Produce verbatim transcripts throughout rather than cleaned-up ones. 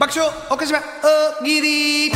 爆笑岡島大喜利。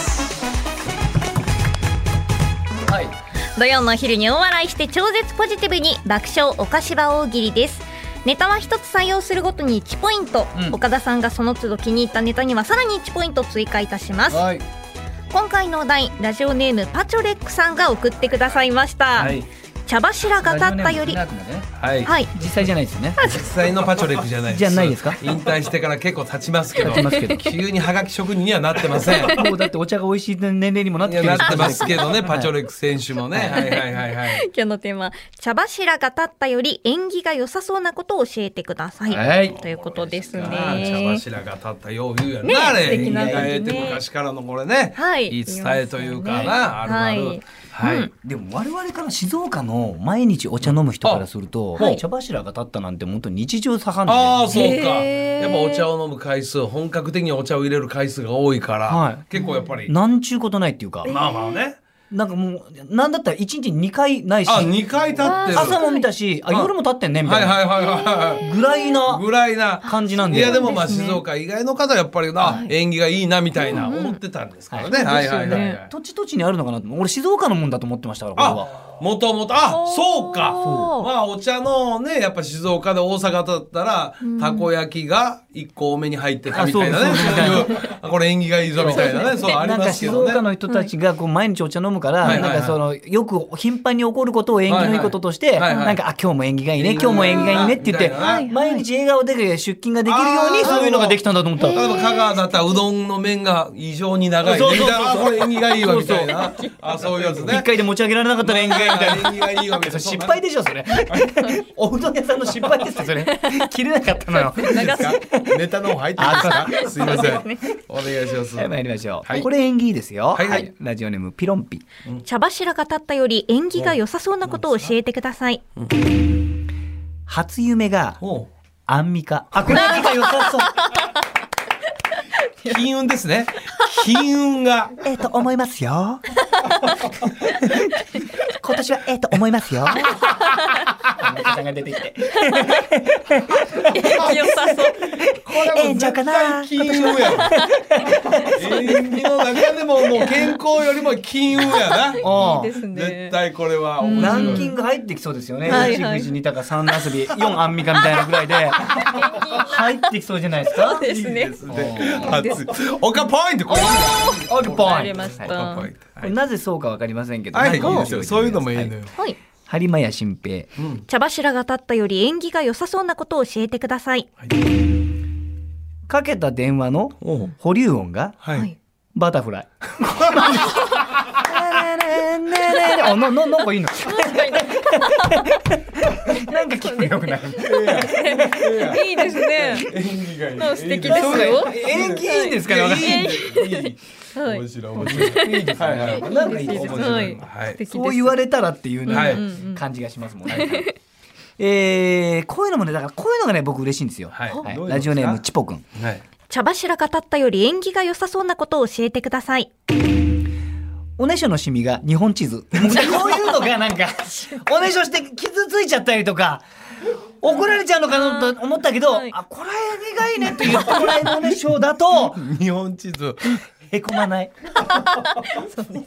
はい、土曜のお昼に大笑いして超絶ポジティブに爆笑岡島大喜利です。ネタは一つ採用するごとにいちポイント、うん、岡田さんがその都度気に入ったネタにはさらにいちポイント追加いたします。はい、今回のお題、ラジオネームパチョレックさんが送ってくださいました。はい、茶柱が立ったより、ね、 はい、はい、実際じゃないですよね。 実際のパチョレックじゃないです。 じゃないですか。 引退してから結構経ちますけど、経ちますけど急にハガキ職人にはなってません。 もうだってお茶が美味しい年齢にもなってきてるなってますけどね、パチョレック選手もね。はいはいはいはい。 今日のテーマ、茶柱が立ったより縁起が良さそうなことを教えてください、はい、ということですね。 茶柱が立ったよう言うやんな、ね、あれ縁起がええって昔からのこれね、はい、言い伝えというかな、あるある、はいはい、うん、でも我々から静岡の毎日お茶飲む人からすると、はい、茶柱が立ったなんて本当に日常茶飯事で、 ああそうか、やっぱお茶を飲む回数、本格的にお茶を入れる回数が多いから、はい、結構やっぱりなんちゅうことないっていうか、 まあまあね、 なんかもうなんだったらいちにちにかいないし、 あにかい立ってる、 朝も見たし、あ夜も立ってんねみたいな、はいはいはいはい、ぐらいなぐらいな感じなんで、 いやでもまあ静岡以外の方はやっぱりな、はい、縁起がいいなみたいな思ってたんですからね。はいはいはいはい。 土地土地にあるのかなと、俺静岡のもんだと思ってましたから、これは。 もともと、あ、そうか、まあお茶のね、やっぱ静岡で大阪だったら、うん、たこ焼きがいっこ多めに入ってたみたいなね、そういうこれ縁起がいいぞみたいなね、そうありますけどね。 なんか静岡の人たちがこう毎日お茶飲むから、はい、なんかそのよく頻繁に起こることを縁起のいいこととして、はいはい、なんかあ今日も縁起がいいね、今日も縁起がいいねって言って、毎日笑顔で出勤ができるようにそういうのができたんだと思ったら、 例えば香川だったらうどんの麺が異常に長いねみたいな、これ縁起がいいわみたいな、あそういうやつね。 一回で持ち上げられなかったら縁起がいいみたいな、 縁起がいいわみたいな。 失敗でしょそれ。おうどん屋さんの失敗ですよそれ。切れなかったのよ。 ネタの方入ってますか。すいません。お願いします。 はい、参りましょう。はい、これ縁起いいですよ。はいはい。ラジオネームピロンピ。 うん、茶柱が立ったより縁起が良さそうなことを教えてください。うん、 初夢がアンミカ。あ、これ縁起が良さそう。 金運ですね。金運が。 ええと思いますよ。今年はええと思いますよ。アンミカさんが出てきて。 良さそう。 これも絶対金運や。縁起の中でももう健康よりも金運やな。 いいですね。 絶対これはランキング入ってきそうですよね。いち富士にたかさんなすびよんアンミカみたいなぐらいで入ってきそうじゃないですか。 そうですね。 オカポイント。これオカポイント。 はい、 なぜそうかわかりませんけど、 はい、いいですよ、そういうのもいいのよ。 はい、 播磨屋新平、 うん、茶柱が立ったより縁起が良さそうなことを教えてください。はい、 かけた電話の保留音が、はい、バタフライ。あ、な、な、なんかいいの。なんか気分良くなる。 いいですね。 縁起がいい。 素敵ですよ。 縁起いいんですかね。 面白い面白い。いいですね。 なんかいいですね。そう言われたらっていうね感じがしますもんね。えー、こういうのもね、だからこういうのがね僕嬉しいんですよ。ラジオネームチポくん。 茶柱が立ったより縁起が良さそうなことを教えてください。 おねしょのシミが日本地図。こういうのがなんかおねしょして傷ついちゃったりとか怒られちゃうのかなと思ったけど、はい、あ、これ縁起がいいねって言ってもらえるおねしょだと日本地図へこまない。 そうですね。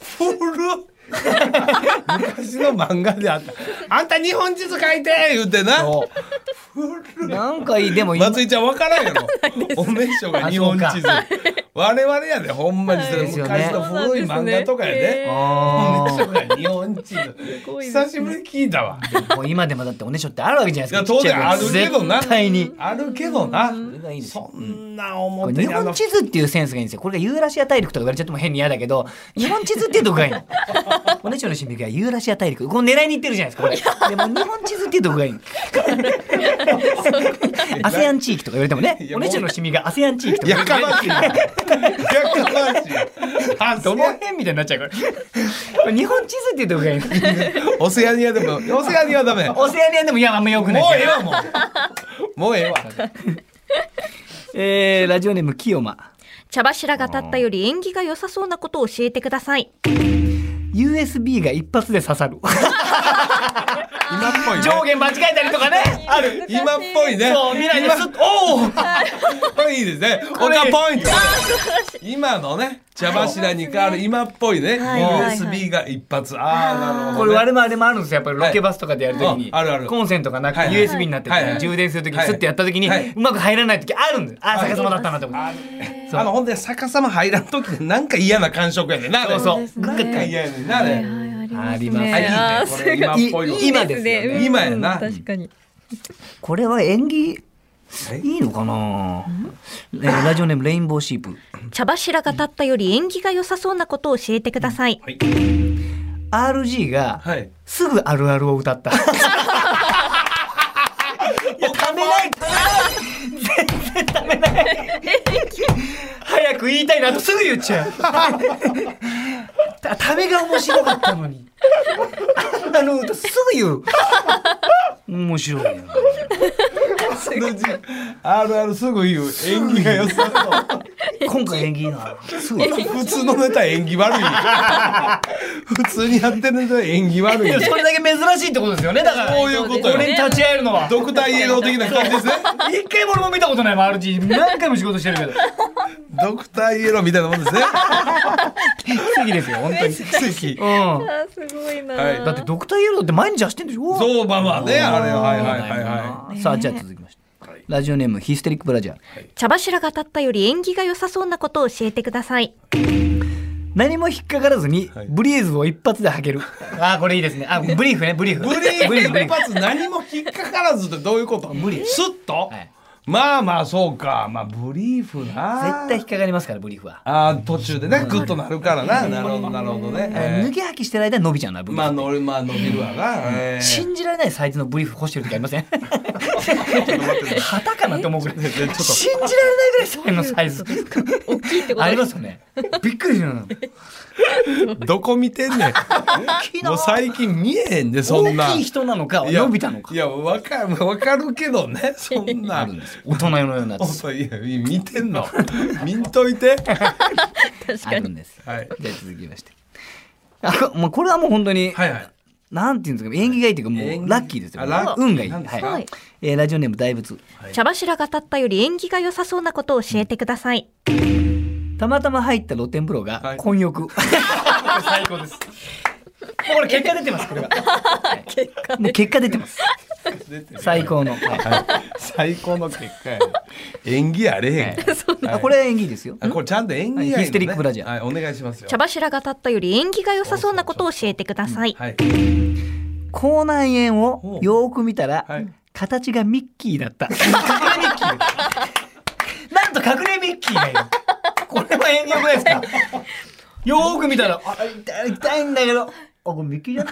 昔の漫画であった。あんた日本地図書いて言ってな。 なんかいい。でも松井ちゃん分からんやろ。おねしょが日本地図。我々やでほんまにそれ、はい、昔の古い漫画とかやで。おねしょが日本地図。久しぶりに聞いたわ。 もう今でもだっておねしょってあるわけじゃないですか。 当然あるけどな。 絶対にあるけどな。 そんな思って日本地図っていうセンスがいいんですよ。これがユーラシア大陸とか言われちゃっても変に嫌だけど、日本地図っていうとこがいいの。おねしょのシミがユーラシア大陸、これ狙いにいってるじゃないですか。これでも日本地図っていうとこがいいの。アセアン地域とか言われてもね、おねしょのシミがアセアン地域とかやかましい。やかましい。 どの辺みたいになっちゃうこれ。日本地図っていうとこがいいの。 オセアニアでも、オセアニアはダメ。 オセアニアでもいやあんま良くない。 もうええわもう。もうええわ。 えー、ラジオネーム清間。 茶柱が立ったより縁起が良さそうなことを教えてください。 ユーエスビー が一発で刺さる。 今っぽいね。 上限間違えたりとかねある。 今っぽいね。 そう未来ですおおこれいいですね。オカポイント。今のね茶柱に変わる今っぽいね。ユーエスビー が一発。ああなるほどね。 これ我々でもあるんですよ。やっぱりロケバスとかでやるときに、 はいあるあるコンセントがなくて ユーエスビー になってはいはいて充電するときにスッてやったときにはいうまく入らないときあるんです。あ、逆さまだったなと思って。 あのほんで逆さま入らん時でなんか嫌な感触やねんな。 そうそうう。なんか嫌やねんなあれ。 ありますあいいねあーこれ今っぽいわ。 今ですよね。 今やな。 確かに。 これは演技いいのかな。えーラジオネームレインボーシープ。 茶柱が立ったより縁起が良さそうなことを教えてください。 はいアールジー がはい。 すぐあるあるを歌った。いやためないためない全然ためない早く言いたいなとすぐ言っちゃう。たためが面白かったのにあの歌すぐ言う。面白いな。 あるあるすぐ言う演技が良さそう。 今回演技いいな。すぐ言う。 普通のネタ演技悪い。普通にやってるネタ演技悪い。 それだけ珍しいってことですよね。だからそういうことよ。 俺に立ち会えるのはドクターイエロー的な感じですね。 一回も俺も見たことないもん。 アールジー 何回も仕事してるけどドクターイエローみたいなもんですね。 奇跡ですよ本当に。 奇跡。 うんあーすごいな。 はいだってドクターイエローって毎日走ってんでしょ。 そうまあまあねあれはいはいはいはさあじゃあ続きまして、ラジオネームヒステリックブラジャー。 茶柱が立ったより縁起が良さそうなことを教えてください。 何も引っかからずにブリーズを一発で履ける。ああこれいいですね。あブリーフねブリーフ。 い。ブリーブリーフブリーフフ一発何も引っかからずってどういうこと？ ブリーフスッとはい。 まあまあそうかまあブリーフな。 絶対引っかかりますからブリーフは。 あー途中でねグッとなるからな。なるほどなるほどね。えー抜け履きしてる間に伸びちゃうなブリーフ。 まあのまあ伸びるわな。えー信じられないサイズのブリーフ干してる時ありません？旗かなって思うぐらい。信じられないぐらいサイズのサイズ。 大きいってことありますよね。びっくりするな。 どこ見てんねん。もう最近見えへんでそんな。 大きい人なのかいや伸びたのか。 いやわかるわかるけどねそんな。 あるんですよ。大人のようなやつ。 そういや見てんの見んといて。 確あかに。 るんです。 はいじゃあ続きまして。あこもうこれはもう本当に、 はいはい。 なんていうんですか縁起がいいというかもう縁起ラッキーですよ。 あラッキー運がいい。 なんですかはいはい。 えーラジオネーム大仏。 茶柱が立ったより縁起が良さそうなことを教えてください。 たまたま入った露天風呂がはい混浴。最高です。もうこれ結果出てますこれは。 結果もう結果出てます。最高の。はい最高の結果やね。演技あれへんから。 あこれは演技ですよ。 あこれちゃんと演技がいいのね。 はいヒステリックブラジャーはいお願いしますよ。 茶柱が立ったより縁起が良さそうなことを教えてください。 はい。 口内炎をよーく見たら、 はい形がミッキーだった。隠れミッキー。なんと隠れミッキーがいる。これは演技良くないですか。よーく見たら、あ痛い痛いんだけど、あこれミッキーじゃない。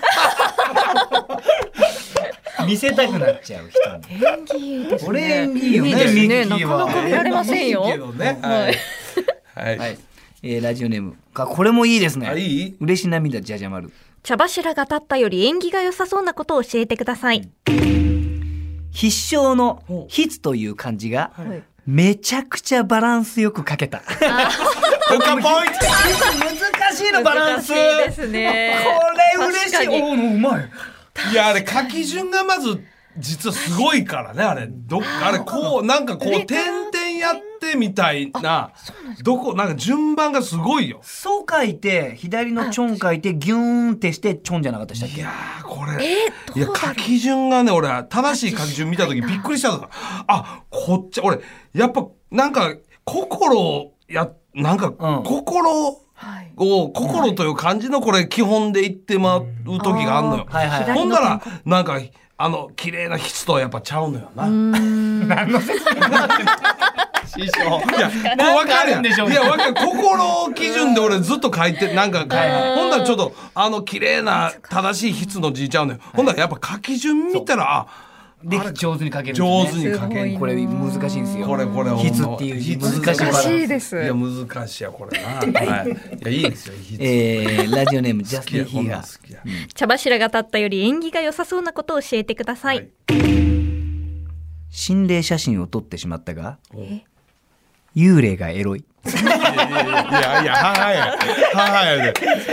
見せたくなっちゃう人に。 縁起いいですね。 これ縁起いいよねいいですね。 ミッなキーはかなか見られませんよ。 いいけどね。はい。はい。 はい。えーラジオネーム。あこれもいいですね。 あいい？ 嬉し涙じゃじゃ丸。 茶柱が立ったより縁起が良さそうなことを教えてください。 必勝の筆という漢字がはいめちゃくちゃバランスよく書けた。 オカポイント。 難しいのバランス。 難しいですね。 これ嬉しい。 確かにおーうまい。 いやあれ書き順がまず実はすごいからねあれどっかあれこうなんかこう点々やってみたいなどこなんか順番がすごいよ。 そう書いて左のチョン書いてギューンってしてチョンじゃなかったでしたっけ。 いやーこれ、 えー、 いやどうだろう。 書き順がね俺正しい書き順見た時びっくりしたのあこっち俺やっぱなんか心やなんかうん心はい。 を心という漢字のこれ基本で言ってまう時があんのよ。 はいはいはい。 ほんならなんかあの綺麗な筆とはやっぱちゃうのよな。 何の説明になってんの。師匠。 いや、こう分かるやん。いや、分かる。心基準で俺ずっと書いて、なんか、ほんならちょっと、あの、綺麗な、正しい筆の字ちゃうのよ。ほんならやっぱ書き順見たら、あ、 で上手に書けるんですね。 上手に書ける。 これ難しいんですよ。 これこれ筆っていう字難しいバランス。 難しいです。 いや、難しいや、これな。はい。いや、いいですよ、筆。 えー、ラジオネームジャスティン・ヒー好ガー。 きや。 茶柱が立ったより縁起が良さそうなことを教えてください。 はい心霊写真を撮ってしまったが、幽霊がエロい。 いやいやいやいや、母や。母やで。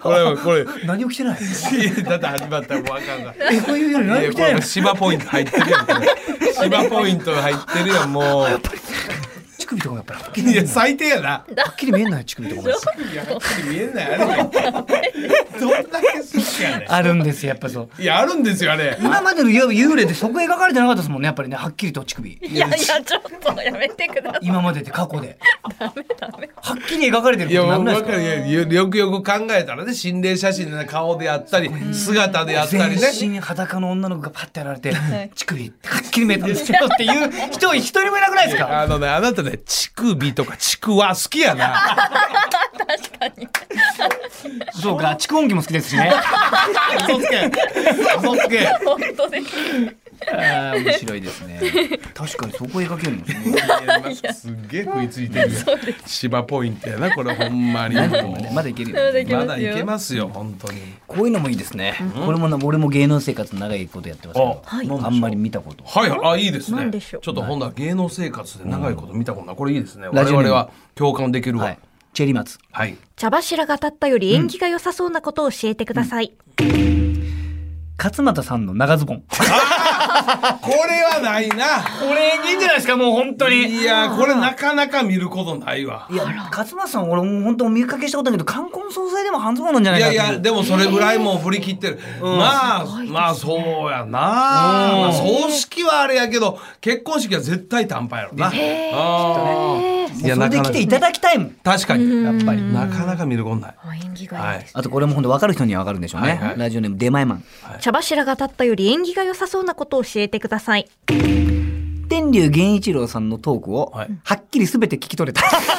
これこれ何起きてない。 だって始まったらもうあかんがえこういうより何起きてないの。 芝ポイント入ってるやん。芝ポイント入ってるやんもう。 乳首とかもやっぱりはっきりいや最低やな。 はっきり見えない乳首とかもいやはっきり見えないあれ。どんだけ好きやねん。 あるんですよやっぱそう。 いやあるんですよあれ。 今までの幽霊でそこ描かれてなかったですもんねやっぱりねはっきりと乳首。 いやいやちょっとやめてください。 今までで過去でダメダメ。 はっきり描かれてるいやことなくないわかるですか。 いやよくよく考えたらね心霊写真の顔であったり姿であったりね。 全身裸の女の子がパッてやられて乳首はっきり見えたんですよっていう人一人もいなくないですか。 あのねあなたね乳首とかちくわ好きやな。 確かに。 そうか蓄音機も好きですしね。 嘘つけ嘘つけ。 本当です。 あー面白いですね。確かにそこ描けるのすごい。 すっげえ食いついてるよ。芝ポイントやなこれほんまに。 まだいけるよ。 まだいけますよ本当に。 こういうのもいいですね。これもな俺も芸能生活長いことやってますけど、 はいあんまり見たこと。 はいはいあいいですね。 何でしょうちょっとほんなら芸能生活で長いこと見たことないこれいいですね。我ラジオネーム 々は共感できるわ。 はい。チェリー松。 はい。 茶柱が立ったより縁起が良さそうなことを教えてください。 勝俣さんの長ズボン。 これはないな。 これいいんじゃないですかもう本当に。 いやこれなかなか見ることないわ。 いや勝俣さん俺もう本当お見かけしたことだけど冠婚葬祭でも半ズボンなんじゃないいかっていう。 やいやでもそれぐらいもう振り切ってる、まあまあそうやな、まあ、葬式はあれやけど結婚式は絶対短パンやろな。あーもうそれで来ていただきたいもん。 確かにやっぱり。 なかなか見ることない。 縁起がいいです。 あとこれも本当分かる人には分かるんでしょうね。 はいはいラジオネーム出前マン。 茶柱が立ったより縁起が良さそうなことを教えてください。 天竜源一郎さんのトークをはいはっきりすべて聞き取れた。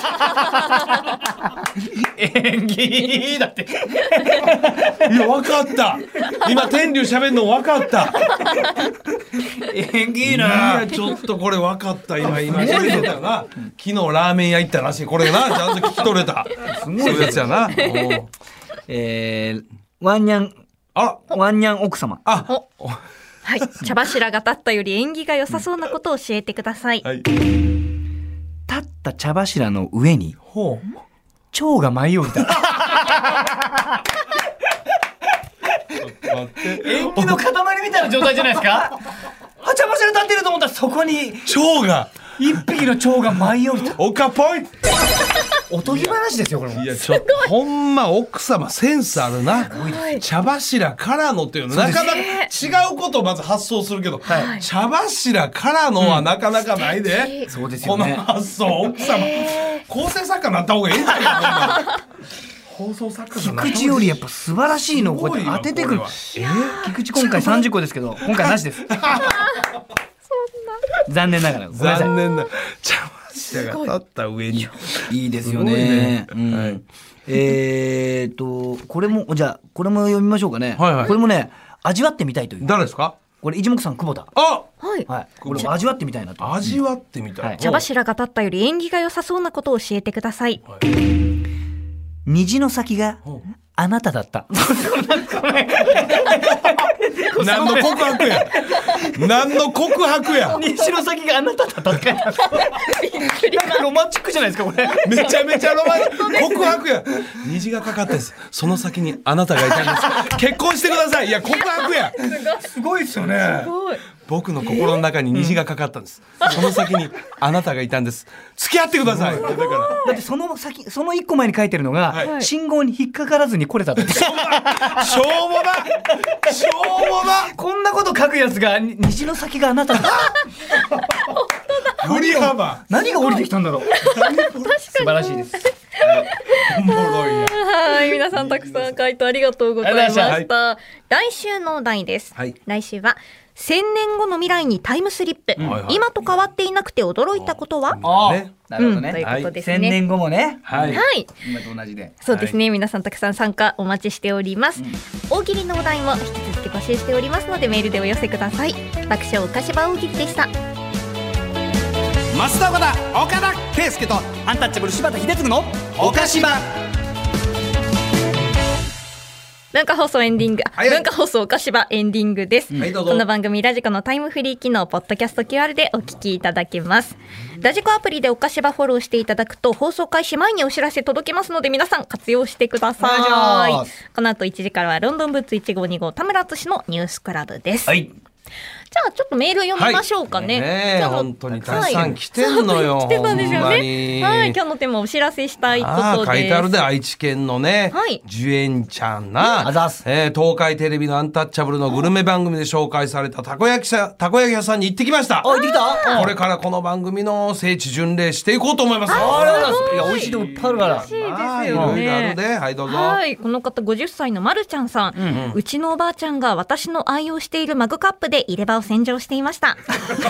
演技だって。 いや分かった今天竜喋るの分かった。 演技いいいな。 やちょっとこれ分かった今今喋ってたよな。昨日ラーメン屋行ったらしいこれなちゃんと聞き取れた。すごいやつやな。おうえー、ワンニャンあワンニャン奥様。 あはい。茶柱が立ったより縁起が良さそうなことを教えてください。 はい立った茶柱の上にほう蝶が舞い降りた。 待って演技の塊みたいな状態じゃないですか。あ茶柱立ってると思ったらそこに蝶が一匹の蝶が舞い降りた。 おかぽい。 おとぎ話ですよこれも。 いやちょっとほんま奥様センスあるな。茶柱からのっていうのなかなか違うことをまず発想するけど、 はい茶柱からのはなかなかないで、 そうですこのよね。 発想奥様構成作家になった方がいいんじゃないかな。放送作家じゃな菊池よりやっぱ素晴らしいのをこうやって当ててくる。 すごいわこれは菊池今回さんじゅっこですけど今回なしです。残念ながらごめんなさい。 残念な茶柱が立った上にいいですよすごいねね。 うんはいえーっとこれもじゃあこれも読みましょうかね。 はいはいこれもね味わってみたいという。 誰ですか。 これ一目散久保田。 あはい。 はい。これも味わってみたいなと。 味わってみたい、 はい茶柱が立ったより縁起が良さそうなことを教えてください。 虹の先があなただった。 何の告白や何の告白や虹の先があなただったって書いてある。なんかロマンチックじゃないですかこれ。 めちゃめちゃロマンチック告白や虹がかかったですその先にあなたがいたんです結婚してください。いや告白やすごいですよね。 すごい。 僕の心の中に虹がかかったんです、その先にあなたがいたんです付き合ってください。だからだってその先その一個前に書いてるのが、 はい信号に引っかからずに来れたって。 しょうもなしょうもなこんなこと書くやつがに虹の先があなただ。 振り幅何が降りてきたんだろう。素晴らしいです。 おもろいな。 はい、皆さんたくさん回答ありがとうございまありがとうございした。来週のお題です。 はい来週はせんねんごの未来にタイムスリップ。 はいはい今と変わっていなくて驚いたことは？ あねなるほどね。 うんということですね千年後もね。 はいはい。 今と同じで。 そうですね、皆さんたくさん参加お待ちしております、大喜利のお題も引き続き募集しておりますのでメールでお寄せください。爆笑おかしば大喜利でした。 増田岡田岡田圭佑とアンタッチャブル柴田秀嗣の岡島。 文化放送エンディング、 はいはい、 文化放送おかしばエンディングです、 はい、どうぞ。 この番組ラジコのタイムフリー機能ポッドキャスト キューアール でお聞きいただけます。ラジコアプリでおかしばフォローしていただくと放送開始前にお知らせ届きますので皆さん活用してください。この後いちじからはロンドンブーツいちごうにごう田村敦のニュースクラブです。 はい、 じゃあちょっとメール読みましょうかね。 はい、ねえ本当にたくさん来てんのよ。 はい、来てたんですよね。はい、今日のテーマをお知らせしたいことです。 書いてあるで、愛知県のね、 はい、 ジュエンちゃんな、 あざす、 えー、東海テレビのアンタッチャブルのグルメ番組で紹介されたたこ焼きさたこ焼き屋さんに行ってきました。 あ、行ってきた。 これからこの番組の聖地巡礼していこうと思います。 ありがとうございます。いや、美味しいとこいっぱいあるから。 美味しいですよね。 いろいろあるで。はい、どうぞ。 はい、この方ごじゅっさいのまるちゃんさん、うんうん、うちのおばあちゃんが私の愛用しているマグカップで入れ歯を洗浄していました。ね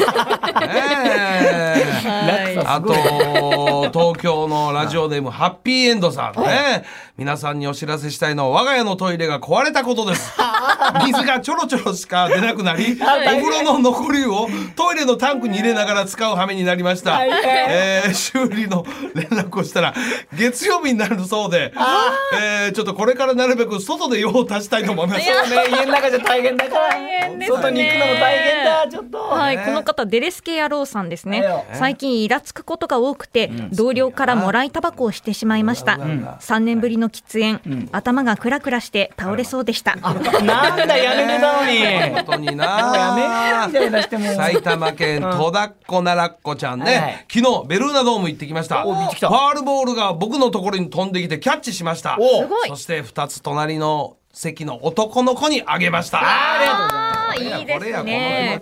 え、あと東京のラジオネームハッピーエンドさんね、皆さんにお知らせしたいのは我が家のトイレが壊れたことです。水がちょろちょろしか出なくなり、お風呂の残り湯をトイレのタンクに入れながら使う羽目になりました。えー、修理の連絡をしたら月曜日になるそうで、えー、ちょっとこれからなるべく外で用を足したいと思います。 そうね、家の中じゃ大変だから大変ですね、 外に行くのも大変だ。ちょっと、 はい、この方デレスケ野郎さんですね。最近イラつくことが多くて、うん、同僚からもらいタバコをしてしまいました。うん、さんねんぶりの喫煙、うん、頭がクラクラして倒れそうでした。 なんだやめてたのに。 本当にな。 やめみたいなしても。 埼玉県戸田っ子ならっこちゃんね、はいはい、昨日ベルーナドーム行ってきました。ファールボールが僕のところに飛んできてキャッチしました。そしてふたつ隣の席の男の子にあげました。 ありがとうございます。いいですね。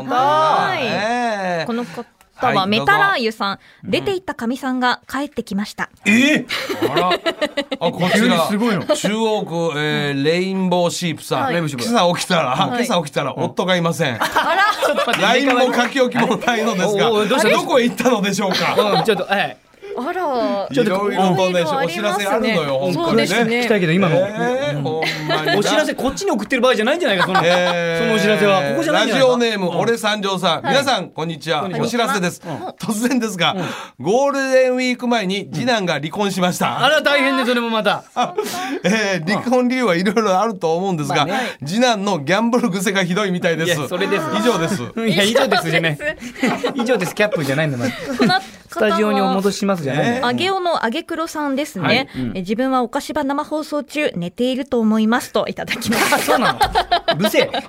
この方はメタラーユさん、出ていったかみさんが帰ってきました。 えー、あら、あ、こちらすごいの中央区、えー、レインボーシープさん、はい、今朝起きたら、はい、今朝起きたら夫がいません。あら、ラインも書き置きもないのですが、どこへ行ったのでしょうか。 ちょっと、はい。 あら、 ちょっといろいろとね、お知らせあるのよ、本当にね。 聞きたいけど今の、えー、ほんまにお知らせこっちに送ってる場合じゃないんじゃないか、その、えー、そのお知らせはここじゃないんじゃないか。 ラジオネーム、うん、俺三条さん、はい、皆さんこんにちは。お知らせです。うん、突然ですが、うん、ゴールデンウィーク前に次男が離婚しました。 うん、あら大変で、それもまた。 えー、離婚理由はいろいろあると思うんですが、まあね、次男のギャンブル癖がひどいみたいです。 いや、それです。 以上です。 いや、以上ですじゃない。以上です、キャップじゃないんだ。スタジオにお戻ししますじゃない。 あげおのあげくろさんですね、はいうん、え自分はおかしば生放送中寝ていると思いますといただきました。 そうなの。うるせえ。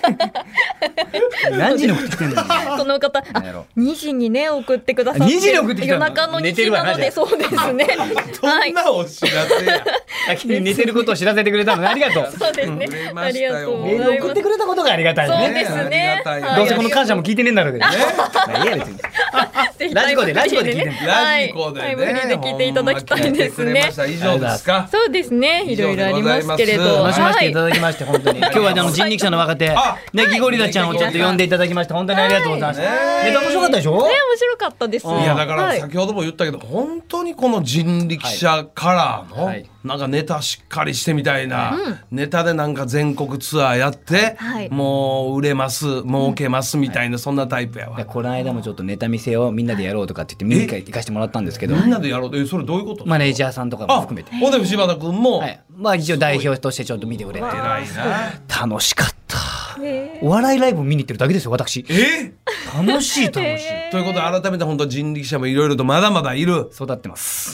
何時に送ってきてんだよ。 この方、あ、にじにね送ってくださって、 にじに送ってきた夜中のにじなので、そうですね。 どんなお知らせや。 先に寝てることを知らせてくれたのでありがとう。 そうですね。ありがとうございます。 メール送ってくれたことがありがたいね。 そうですね。 どうせこの感謝も聞いてねえんだろうけどね。いや別に。ラジコでラジコで聞いてね。 ラジコでね。 タイムフリーで聞いていただきたいですね。 以上ですか。 そうですね。いろいろありますけれど。 楽しませていただきまして本当に。今日はあの人力車の若手ねギゴリラちゃんをちょっと呼んでいただきまして本当にありがとうございます。ネタ面白かったでしょ。ね、面白かったです。いやだから先ほども言ったけど本当にこの人力車からのなんかネタしっかりしてみたいな、うん、ネタでなんか全国ツアーやって、はい、もう売れます儲けますみたいな、うん、そんなタイプやわ。 この間もちょっとネタ見せをみんなでやろうとかって言って見に行かせてもらったんですけど、 みんなでやろうってそれどういうこと？ マネージャーさんとかも含めて。 ほんで柴田君も、はい、 まあ一応代表としてちょっと見てくれて偉いな。 楽しかった。お笑いライブ見に行ってるだけですよ私。 え楽しい楽しい。 ということで改めて本当人力車もいろいろとまだまだいる。 育ってます。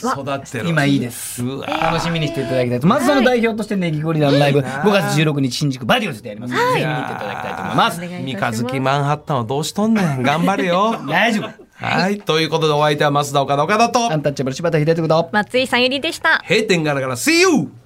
育ってる。 今いいです。楽しみにしていただきたいと。まずその代表としてネギゴリラのライブごがつじゅうろくにち新宿バディオスでやります。ぜひ見に行っていただきたいと思います。 三日月マンハッタンはどうしとんねん。頑張れよ。 大丈夫。 はい、ということでお相手は増田岡田岡田とアンタッチャブル柴田秀嗣と松井さゆりでした。 閉店ガラガラ See you。